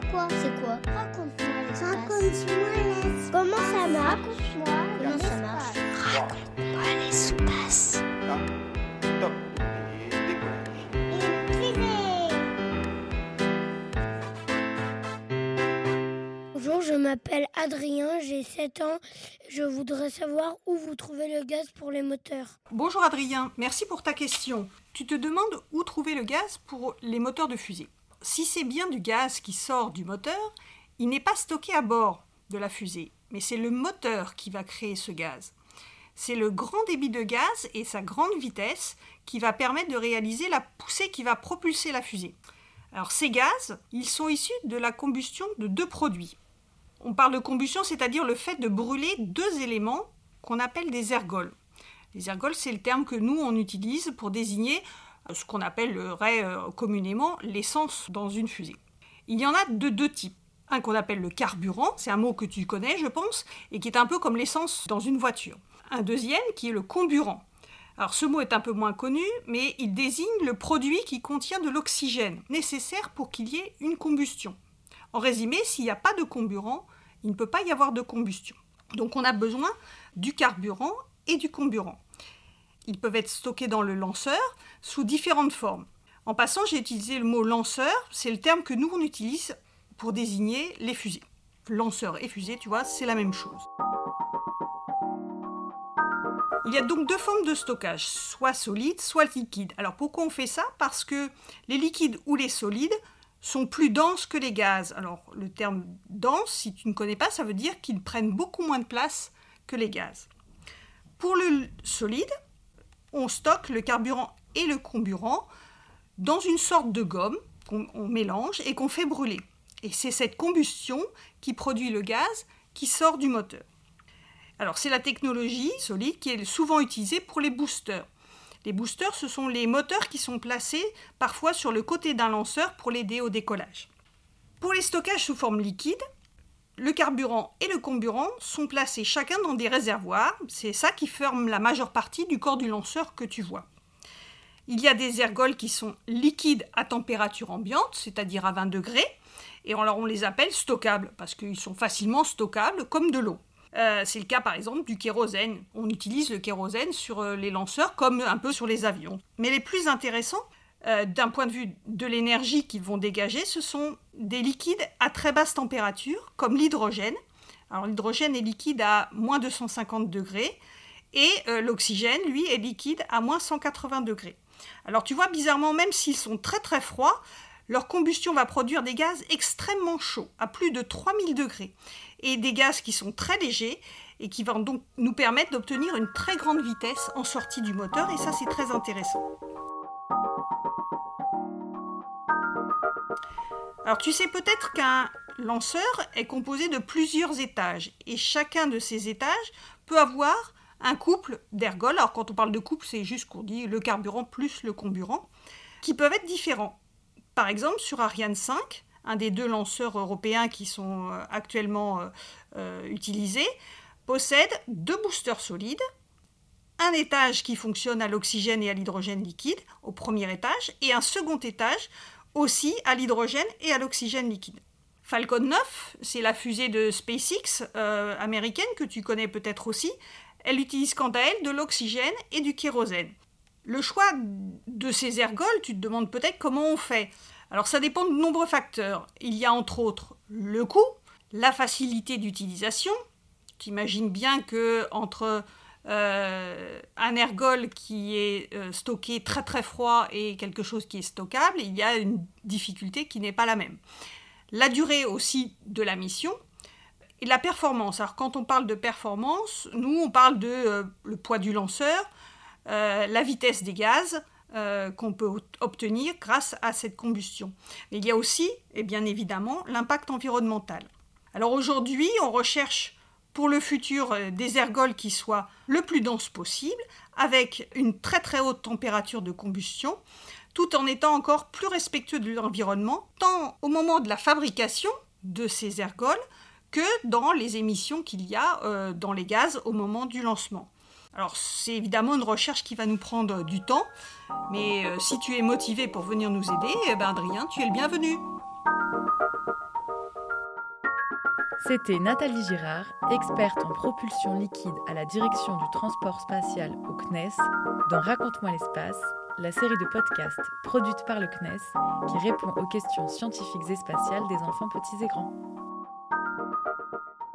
quoi? C'est quoi? Raconte-moi l'espace. Raconte-moi l'espace. Comment ça marche? Raconte-moi Comment ça marche? Raconte-moi l'espace. Top et décollage. Bonjour, je m'appelle Adrien, j'ai 7 ans. Je voudrais savoir où vous trouvez le gaz pour les moteurs. Bonjour Adrien, merci pour ta question. Tu te demandes où trouver le gaz pour les moteurs de fusée. Si c'est bien du gaz qui sort du moteur, il n'est pas stocké à bord de la fusée, mais c'est le moteur qui va créer ce gaz. C'est le grand débit de gaz et sa grande vitesse qui va permettre de réaliser la poussée qui va propulser la fusée. Alors ces gaz, ils sont issus de la combustion de deux produits. On parle de combustion, c'est-à-dire le fait de brûler deux éléments qu'on appelle des ergols. Les ergols, c'est le terme que nous, on utilise pour désigner ce qu'on appellerait communément l'essence dans une fusée. Il y en a de deux types. Un qu'on appelle le carburant, c'est un mot que tu connais, je pense, et qui est un peu comme l'essence dans une voiture. Un deuxième qui est le comburant. Alors ce mot est un peu moins connu, mais il désigne le produit qui contient de l'oxygène, nécessaire pour qu'il y ait une combustion. En résumé, s'il n'y a pas de comburant, il ne peut pas y avoir de combustion. Donc on a besoin du carburant et du comburant. Ils peuvent être stockés dans le lanceur sous différentes formes. En passant, j'ai utilisé le mot lanceur, c'est le terme que nous on utilise pour désigner les fusées. Lanceur et fusée, tu vois, c'est la même chose. Il y a donc deux formes de stockage, soit solide, soit liquide. Alors pourquoi on fait ça? Parce que les liquides ou les solides sont plus denses que les gaz. Alors le terme dense, si tu ne connais pas, ça veut dire qu'ils prennent beaucoup moins de place que les gaz. Pour le solide, on stocke le carburant et le comburant dans une sorte de gomme qu'on mélange et qu'on fait brûler. Et c'est cette combustion qui produit le gaz qui sort du moteur. Alors c'est la technologie solide qui est souvent utilisée pour les boosters. Les boosters, ce sont les moteurs qui sont placés parfois sur le côté d'un lanceur pour l'aider au décollage. Pour les stockages sous forme liquide, le carburant et le comburant sont placés chacun dans des réservoirs. C'est ça qui forme la majeure partie du corps du lanceur que tu vois. Il y a des ergols qui sont liquides à température ambiante, c'est-à-dire à 20 degrés, et on les appelle stockables parce qu'ils sont facilement stockables comme de l'eau. C'est le cas par exemple du kérosène. On utilise le kérosène sur les lanceurs comme un peu sur les avions. Mais les plus intéressants, d'un point de vue de l'énergie qu'ils vont dégager, ce sont des liquides à très basse température, comme l'hydrogène. Alors l'hydrogène est liquide à moins 250 degrés et l'oxygène, lui, est liquide à moins 180 degrés. Alors tu vois, bizarrement, même s'ils sont très très froids, leur combustion va produire des gaz extrêmement chauds, à plus de 3000 degrés, et des gaz qui sont très légers et qui vont donc nous permettre d'obtenir une très grande vitesse en sortie du moteur, et ça c'est très intéressant. Alors tu sais peut-être qu'un lanceur est composé de plusieurs étages, et chacun de ces étages peut avoir un couple d'ergols. Alors quand on parle de couple, c'est juste qu'on dit le carburant plus le comburant, qui peuvent être différents. Par exemple, sur Ariane 5, un des deux lanceurs européens qui sont actuellement utilisés, possède deux boosters solides, un étage qui fonctionne à l'oxygène et à l'hydrogène liquide au premier étage, et un second étage aussi à l'hydrogène et à l'oxygène liquide. Falcon 9, c'est la fusée de SpaceX américaine que tu connais peut-être aussi. Elle utilise quant à elle de l'oxygène et du kérosène. Le choix de ces ergols, tu te demandes peut-être comment on fait. Alors ça dépend de nombreux facteurs. Il y a entre autres le coût, la facilité d'utilisation. Tu imagines bien qu'entre un ergol qui est stocké très très froid et quelque chose qui est stockable, il y a une difficulté qui n'est pas la même. La durée aussi de la mission et la performance. Alors quand on parle de performance, nous on parle de le poids du lanceur, la vitesse des gaz qu'on peut obtenir grâce à cette combustion. Mais il y a aussi, et bien évidemment, l'impact environnemental. Alors aujourd'hui, on recherche pour le futur des ergols qui soient le plus denses possible, avec une très très haute température de combustion, tout en étant encore plus respectueux de l'environnement, tant au moment de la fabrication de ces ergols que dans les émissions qu'il y a dans les gaz au moment du lancement. Alors c'est évidemment une recherche qui va nous prendre du temps, mais si tu es motivé pour venir nous aider, Adrien, tu es le bienvenu. C'était Nathalie Girard, experte en propulsion liquide à la direction du transport spatial au CNES, dans Raconte-moi l'espace, la série de podcasts produite par le CNES qui répond aux questions scientifiques et spatiales des enfants petits et grands.